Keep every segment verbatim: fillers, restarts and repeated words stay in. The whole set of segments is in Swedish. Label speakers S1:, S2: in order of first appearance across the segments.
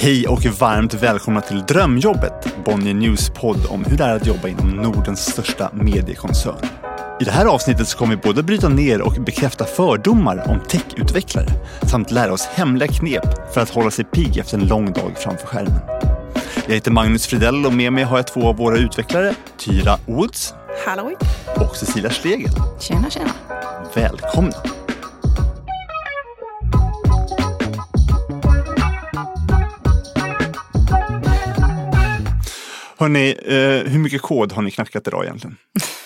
S1: Hej och varmt välkomna till Drömjobbet, Bonnier News podd om hur det är att jobba inom Nordens största mediekoncern. I det här avsnittet så kommer vi både bryta ner och bekräfta fördomar om techutvecklare samt lära oss hemliga knep för att hålla sig pigg efter en lång dag framför skärmen. Jag heter Magnus Fridell och med mig har jag två av våra utvecklare, Tyra Woods
S2: Halloj.
S1: och Cecilia Schlegel.
S3: Tjena, tjena.
S1: Välkomna. Hörrni, eh, hur mycket kod har ni knackat idag egentligen?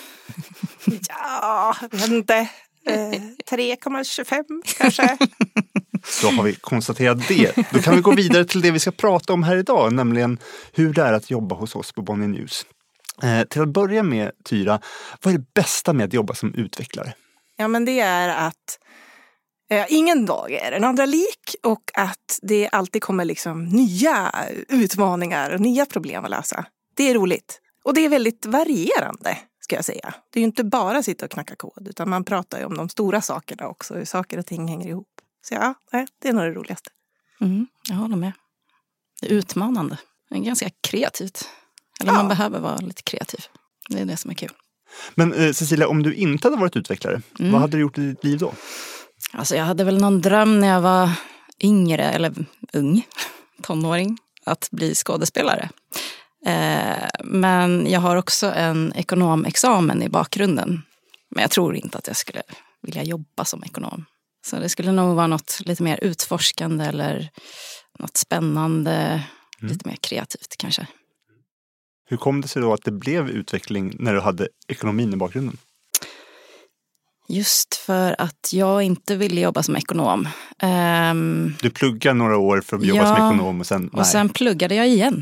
S2: Ja, jag vet inte. Eh, tre komma tjugofem kanske.
S1: Så har vi konstaterat det. Då kan vi gå vidare till det vi ska prata om här idag, nämligen hur det är att jobba hos oss på Bonnier News. Eh, till att börja med, Tyra, vad är det bästa med att jobba som utvecklare?
S2: Ja, men det är att eh, ingen dag är den andra lik och att det alltid kommer liksom nya utmaningar och nya problem att lösa. Det är roligt. Och det är väldigt varierande, ska jag säga. Det är ju inte bara sitta och knacka kod, utan man pratar ju om de stora sakerna också, hur saker och ting hänger ihop. Så ja, det är nog det roligaste.
S3: Mm, jag håller med. Det är utmanande. Det är ganska kreativt. Eller
S2: Ja.
S3: man behöver vara lite kreativ. Det är det som är kul.
S1: Men eh, Cecilia, om du inte hade varit utvecklare,
S3: Mm.
S1: vad hade du gjort i ditt liv då?
S3: Alltså jag hade väl någon dröm när jag var yngre, eller ung, tonåring, att bli skådespelare. Eh, men jag har också en ekonomexamen i bakgrunden. Men jag tror inte att jag skulle vilja jobba som ekonom. Så det skulle nog vara något lite mer utforskande eller något spännande, mm. lite mer kreativt kanske.
S1: Hur kom det sig då att det blev utveckling när du hade ekonomin i bakgrunden?
S3: Just för att jag inte ville jobba som ekonom. Um,
S1: du pluggade några år för att jobba
S3: ja,
S1: som ekonom och sen... Nej.
S3: Och sen pluggade jag igen.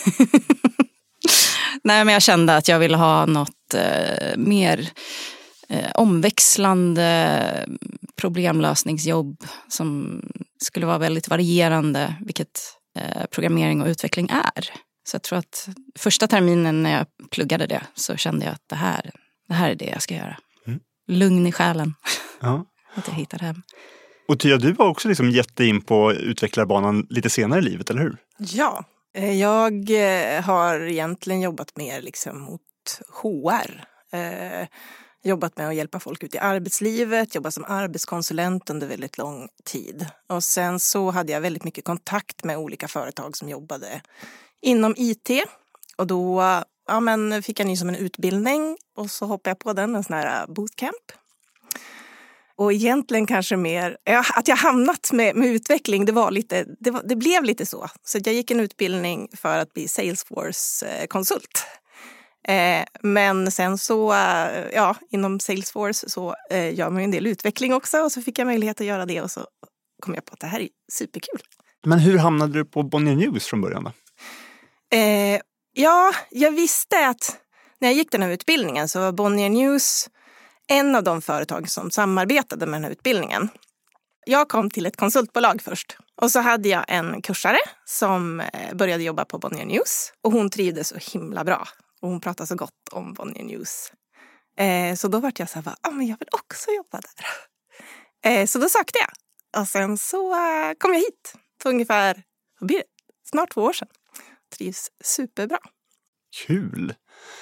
S3: Nej, men jag kände att jag ville ha något eh, mer eh, omväxlande problemlösningsjobb som skulle vara väldigt varierande, vilket eh, programmering och utveckling är. Så jag tror att första terminen när jag pluggade det så kände jag att det här, det här är det jag ska göra. Mm. Lugn i själen. Ja. Att jag hittar hem.
S1: Och Tyra, du var också liksom gett in på utvecklarbanan lite senare i livet, eller hur?
S2: Ja, jag har egentligen jobbat mer liksom mot H R. Eh, jobbat med att hjälpa folk ut i arbetslivet, jobbat som arbetskonsulent under väldigt lång tid. Och sen så hade jag väldigt mycket kontakt med olika företag som jobbade inom I T. Och då ja, men fick jag ny som en utbildning och så hoppade jag på den, en sån här bootcamp. Och egentligen kanske mer, ja, att jag hamnat med, med utveckling, det var lite, det, var, det blev lite så. Så jag gick en utbildning för att bli Salesforce-konsult. Eh, men sen så, ja, inom Salesforce så eh, gör man en del utveckling också. Och så fick jag möjlighet att göra det och så kom jag på att det här är superkul.
S1: Men hur hamnade du på Bonnier News från början då?
S2: Eh, ja, jag visste att när jag gick den här utbildningen så var Bonnier News en av de företag som samarbetade med den här utbildningen. Jag kom till ett konsultbolag först. Och så hade jag en kursare som började jobba på Bonnier News. Och hon trivdes så himla bra. Och hon pratade så gott om Bonnier News. Eh, så då var jag så här, ah, men jag vill också jobba där. Eh, så då sökte jag. Och sen så eh, kom jag hit. För ungefär, vad blir det? Snart två år sedan. Trivs superbra.
S1: Kul!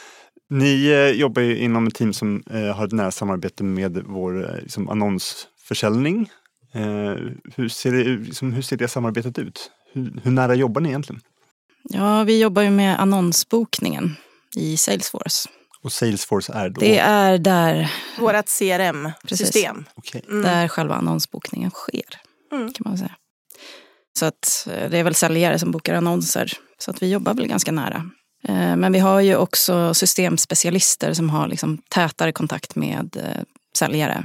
S1: Ni eh, jobbar ju inom ett team som eh, har ett nära samarbete med vår eh, liksom, annonsförsäljning. Eh, hur, ser det, liksom, hur ser det samarbetet ut? Hur, hur nära jobbar ni egentligen?
S3: Ja, vi jobbar ju med annonsbokningen i Salesforce.
S1: Och Salesforce är då?
S3: Det är där...
S2: Vårat C R M-system.
S1: Okay.
S3: Mm. Där själva annonsbokningen sker, mm. kan man säga. Så att det är väl säljare som bokar annonser. Så att vi jobbar väl ganska nära. Men vi har ju också systemspecialister som har liksom tätare kontakt med eh, säljare.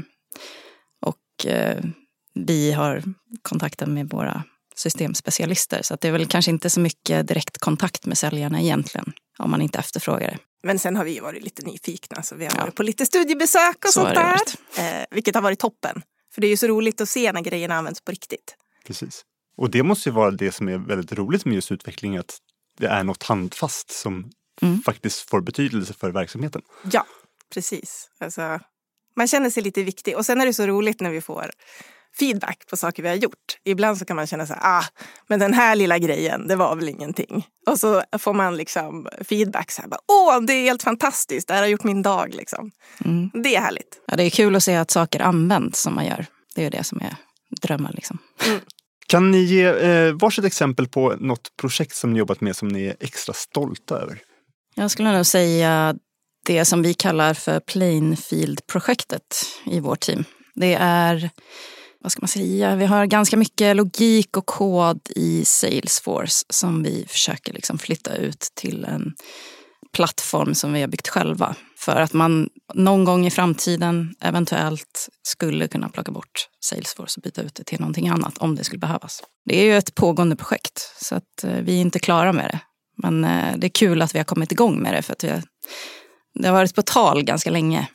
S3: Och eh, vi har kontakten med våra systemspecialister. Så att det är väl kanske inte så mycket direkt kontakt med säljarna egentligen. Om man inte efterfrågar det.
S2: Men sen har vi varit lite nyfikna. Så vi har ja. varit på lite studiebesök och
S3: så
S2: sånt där. Eh, vilket har varit toppen. För det är ju så roligt att se när grejerna används på riktigt.
S1: Precis. Och det måste ju vara det som är väldigt roligt med just utveckling. Att det är något handfast som mm. faktiskt får betydelse för verksamheten.
S2: Ja, precis. Alltså, man känner sig lite viktig. Och sen är det så roligt när vi får feedback på saker vi har gjort. Ibland så kan man känna så här, ah, men den här lilla grejen, det var väl ingenting. Och så får man liksom feedback så här, åh, det är helt fantastiskt, det här har gjort min dag liksom. Mm. Det är härligt.
S3: Ja, det är kul att se att saker används som man gör. Det är det som är drömmen liksom. Mm.
S1: Kan ni ge eh, varsitt exempel på något projekt som ni jobbat med som ni är extra stolta över?
S3: Jag skulle nog säga det som vi kallar för Plainfield-projektet i vårt team. Det är, vad ska man säga, vi har ganska mycket logik och kod i Salesforce som vi försöker liksom flytta ut till en plattform som vi har byggt själva. För att man någon gång i framtiden eventuellt skulle kunna plocka bort Salesforce och byta ut det till någonting annat om det skulle behövas. Det är ju ett pågående projekt så att vi är inte klara med det. Men det är kul att vi har kommit igång med det för att vi har, det har varit på tal ganska länge.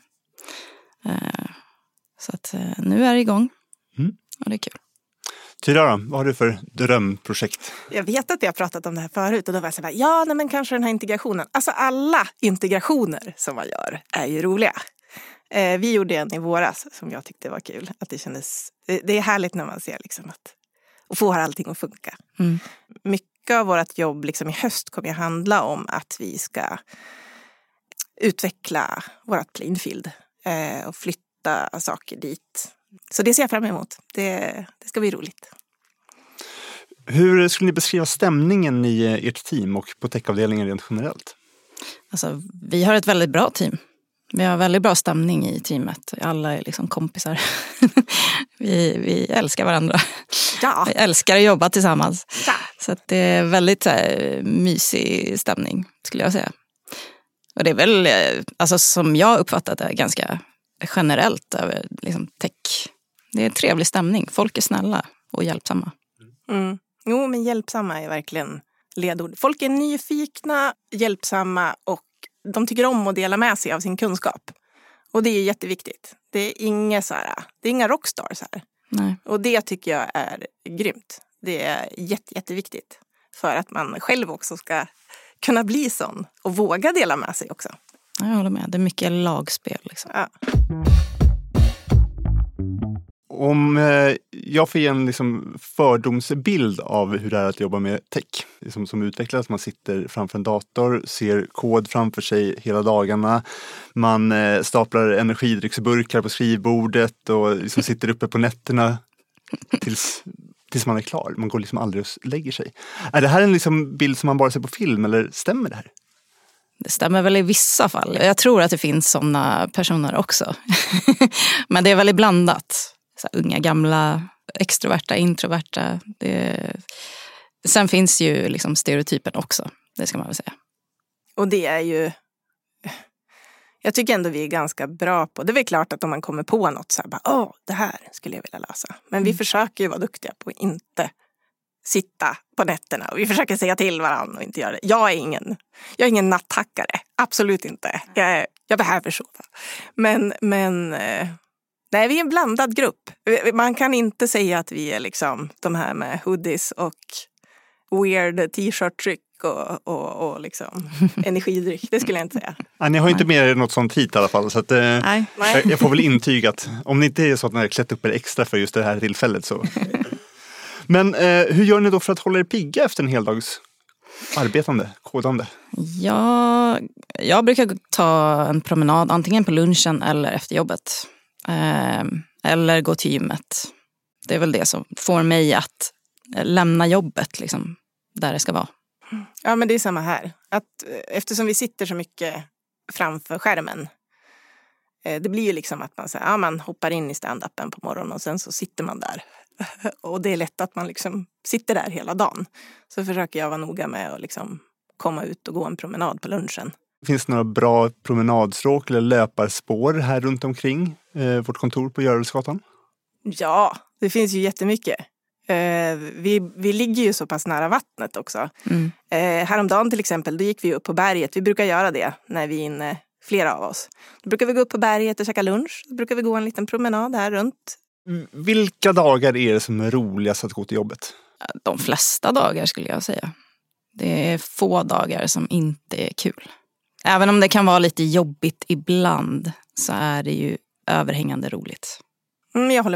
S3: Så att nu är det igång mm. och det är kul.
S1: Tyra då, vad har du för drömprojekt?
S2: Jag vet att jag har pratat om det här förut och då var jag så här, ja nej, men kanske den här integrationen. Alltså alla integrationer som man gör är ju roliga. Eh, vi gjorde en i våras som jag tyckte var kul. Att det kändes, det, det är härligt när man ser liksom att, och får allting att funka. Mm. Mycket av vårt jobb liksom i höst kommer att handla om att vi ska utveckla vårt Plainfield eh, och flytta saker dit. Så det ser jag fram emot. Det, det ska bli roligt.
S1: Hur skulle ni beskriva stämningen i ert team och på techavdelningen rent generellt?
S3: Alltså, vi har ett väldigt bra team. Vi har väldigt bra stämning i teamet. Alla är liksom kompisar. vi, vi älskar varandra. Ja. Vi älskar att jobba tillsammans. Ja. Så att det är väldigt så här, mysig stämning skulle jag säga. Och det är väl, alltså, som jag uppfattat det, ganska generellt över liksom, tech. Det är en trevlig stämning. Folk är snälla och hjälpsamma.
S2: Mm. Jo, men hjälpsamma är verkligen ledord. Folk är nyfikna, hjälpsamma och de tycker om att dela med sig av sin kunskap. Och det är jätteviktigt. Det är inga, så här, det är inga rockstars här.
S3: Nej.
S2: Och det tycker jag är grymt. Det är jätte, jätteviktigt. För att man själv också ska kunna bli sån och våga dela med sig också.
S3: Jag håller med. Det är mycket lagspel. Liksom.
S2: Ja.
S1: Om eh, jag får ge en liksom, fördomsbild av hur det är att jobba med tech. Liksom, som utvecklare, man sitter framför en dator, ser kod framför sig hela dagarna. Man eh, staplar energidrycksburkar på skrivbordet och liksom, sitter uppe på nätterna tills, tills man är klar. Man går liksom aldrig och lägger sig. Är det här en liksom, bild som man bara ser på film eller stämmer det här?
S3: Det stämmer väl i vissa fall. Jag tror att det finns sådana personer också. Men det är väldigt blandat. Så här, unga, gamla, extroverta, introverta. Det... Sen finns ju liksom stereotypen också. Det ska man väl säga.
S2: Och det är ju... Jag tycker ändå vi är ganska bra på... Det är väl klart att om man kommer på något så här bara, åh, det här skulle jag vilja lösa. Men mm. vi försöker ju vara duktiga på att inte sitta på nätterna. Och vi försöker säga till varandra och inte göra det. Jag är ingen, jag är ingen natthackare. Absolut inte. Jag, jag behöver sova. Men, men nej, vi är en blandad grupp. Man kan inte säga att vi är liksom de här med hoodies och weird t-shirt-tryck och, och, och liksom energidryck. Det skulle jag inte säga.
S1: Ja, ni har ju inte med er något sånt hit i alla fall. Så att, eh, Nej. Jag, jag får väl intyga att om ni inte är så att ni har klätt upp er extra för just det här tillfället så... Men eh, hur gör ni då för att hålla er pigga efter en hel dags arbetande, kodande?
S3: Ja, jag brukar ta en promenad antingen på lunchen eller efter jobbet. Eh, eller gå till gymmet. Det är väl det som får mig att lämna jobbet liksom, där det ska vara.
S2: Ja, men det är samma här. Att, eftersom vi sitter så mycket framför skärmen. Eh, det blir ju liksom att man, så här, ja, man hoppar in i stand-upen på morgonen och sen så sitter man där. Och det är lätt att man liksom sitter där hela dagen. Så försöker jag vara noga med att liksom komma ut och gå en promenad på lunchen. Finns
S1: det några bra promenadstråk eller löparspår här runt omkring eh, vårt kontor på Görelsgatan?
S2: Ja, det finns ju jättemycket. Eh, vi, vi ligger ju så pass nära vattnet också. Mm. Eh, häromdagen till exempel, då gick vi upp på berget. Vi brukar göra det när vi är inne, flera av oss. Då brukar vi gå upp på berget och käka lunch. Då brukar vi gå en liten promenad här runt.
S1: Vilka dagar är det som är roligast att gå till jobbet?
S3: De flesta dagar skulle jag säga. Det är få dagar som inte är kul. Även om det kan vara lite jobbigt ibland så är det ju överhängande roligt.
S2: Mm, jag håller med.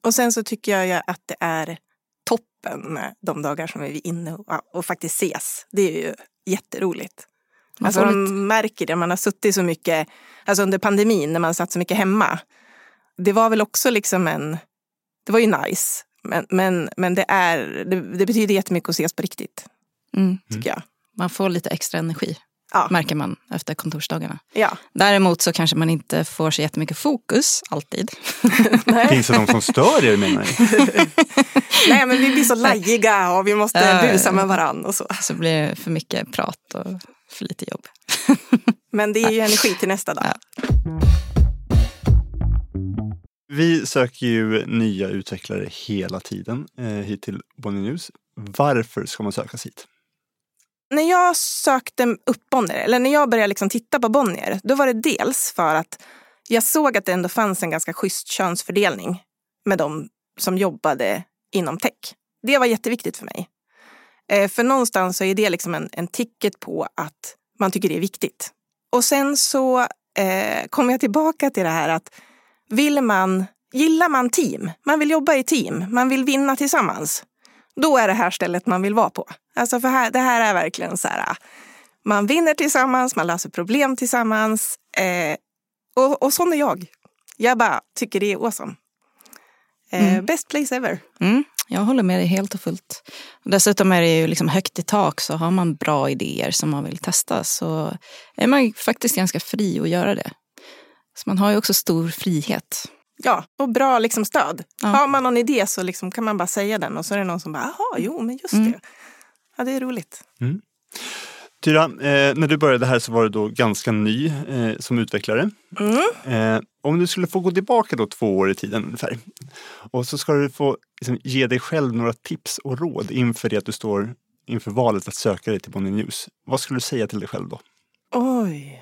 S2: Och sen så tycker jag att det är toppen med de dagar som vi är inne och, och faktiskt ses. Det är ju jätteroligt. Man alltså man lite... märker det, man har suttit så mycket, alltså under pandemin när man satt så mycket hemma. Det var väl också liksom en, det var ju nice. Men, men, men det, är, det, det betyder jättemycket att ses på riktigt.
S3: Mm.
S2: Tycker jag.
S3: Man får lite extra energi. Ja. Märker man efter kontorsdagarna.
S2: Ja.
S3: Däremot så kanske man inte får så jättemycket fokus alltid.
S1: Finns det någon som stör er, menar ni?
S2: Nej, men vi blir så lajiga och vi måste uh, busa med varann och så.
S3: Så blir det för mycket prat och för lite jobb.
S2: Men det är ju energi till nästa dag.
S3: Ja.
S1: Vi söker ju nya utvecklare hela tiden eh, hit till Bonnier News. Varför ska man söka hit?
S2: När jag sökte upp Bonnier, eller när jag började liksom titta på Bonnier, då var det dels för att jag såg att det ändå fanns en ganska schysst könsfördelning med de som jobbade inom tech. Det var jätteviktigt för mig. Eh, för någonstans så är det liksom en, en ticket på att man tycker det är viktigt. Och sen så eh, kom jag tillbaka till det här att vill man, gillar man team, man vill jobba i team, man vill vinna tillsammans, då är det här stället man vill vara på. Alltså för här, det här är verkligen så här, man vinner tillsammans, man löser problem tillsammans. Eh, och, och sån är jag. Jag bara tycker det är awesome. Eh, mm. Best place ever.
S3: Mm, jag håller med dig helt och fullt. Dessutom är det ju liksom högt i tak, så har man bra idéer som man vill testa så är man faktiskt ganska fri att göra det. Så man har ju också stor frihet.
S2: Ja, och bra liksom stöd. Ja. Har man någon idé så liksom kan man bara säga den och så är det någon som bara, jaha, jo men just mm. det. Ja, det är roligt.
S1: Mm. Tyra, eh, när du började här så var du då ganska ny eh, som utvecklare.
S2: Mm.
S1: Eh, om du skulle få gå tillbaka då två år i tiden ungefär. Och så ska du få liksom, ge dig själv några tips och råd inför det att du står inför valet att söka dig till Bonnier News. Vad skulle du säga till dig själv då?
S2: Oj...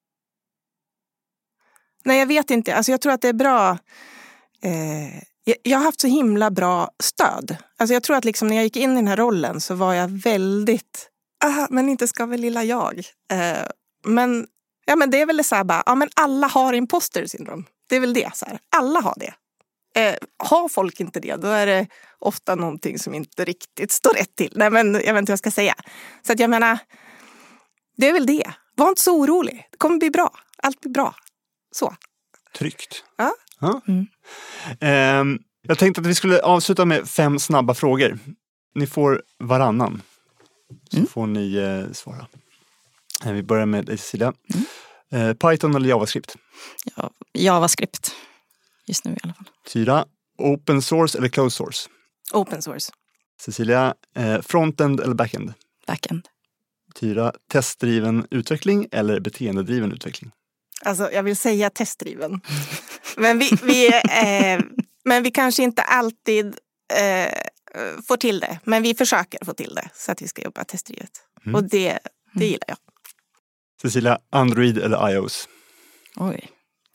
S2: Nej, jag vet inte. Alltså jag tror att det är bra. Eh, jag, jag har haft så himla bra stöd. Alltså jag tror att liksom när jag gick in i den här rollen så var jag väldigt, ah, men inte ska väl lilla jag. Eh, men, ja, men det är väl så här bara, ja men alla har imposter syndrom. Det är väl det så här. Alla har det. Eh, har folk inte det, då är det ofta någonting som inte riktigt står rätt till. Nej, men jag vet inte vad jag ska säga. Så att jag menar, det är väl det. Var inte så orolig. Det kommer bli bra. Allt blir bra. Så.
S1: Tryggt.
S2: Ja.
S1: Ja. Mm. Eh, jag tänkte att vi skulle avsluta med fem snabba frågor. Ni får varannan. Så mm. får ni eh, svara. Eh, vi börjar med dig, Cecilia. Mm. Eh, Python eller JavaScript?
S3: Ja, JavaScript. Just nu i alla fall.
S1: Tyra, open source eller closed source?
S2: Open source.
S1: Cecilia, eh, frontend eller backend?
S3: Backend.
S1: Tyra, testdriven utveckling eller beteendedriven utveckling?
S2: Alltså jag vill säga testdriven. men, vi, vi, eh, men vi kanske inte alltid eh, får till det. Men vi försöker få till det så att vi ska jobba testdrivet. Mm. Och det, det gillar jag.
S1: Cecilia, Android eller iOS?
S3: Oj.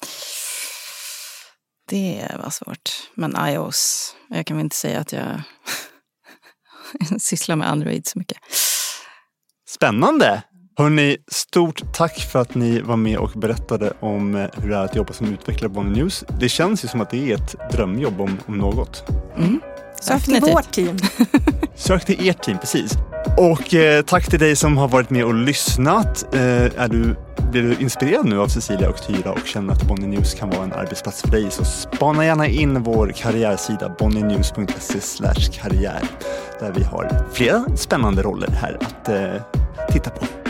S3: Det var svårt. Men iOS. Jag kan väl inte säga att jag sysslar med Android så mycket.
S1: Spännande! Hörrni, stort tack för att ni var med och berättade om hur det är att jobba som utvecklare på Bonnier News. Det känns ju som att det är ett drömjobb om, om något.
S2: Mm. Sök till vårt team.
S1: Sök till ert team, precis. Och eh, tack till dig som har varit med och lyssnat. Eh, är du, blir du inspirerad nu av Cecilia och Tyra och känner att Bonnier News kan vara en arbetsplats för dig, så spana gärna in vår karriärsida bonniernews punkt se slash karriär där vi har flera spännande roller här att eh, titta på.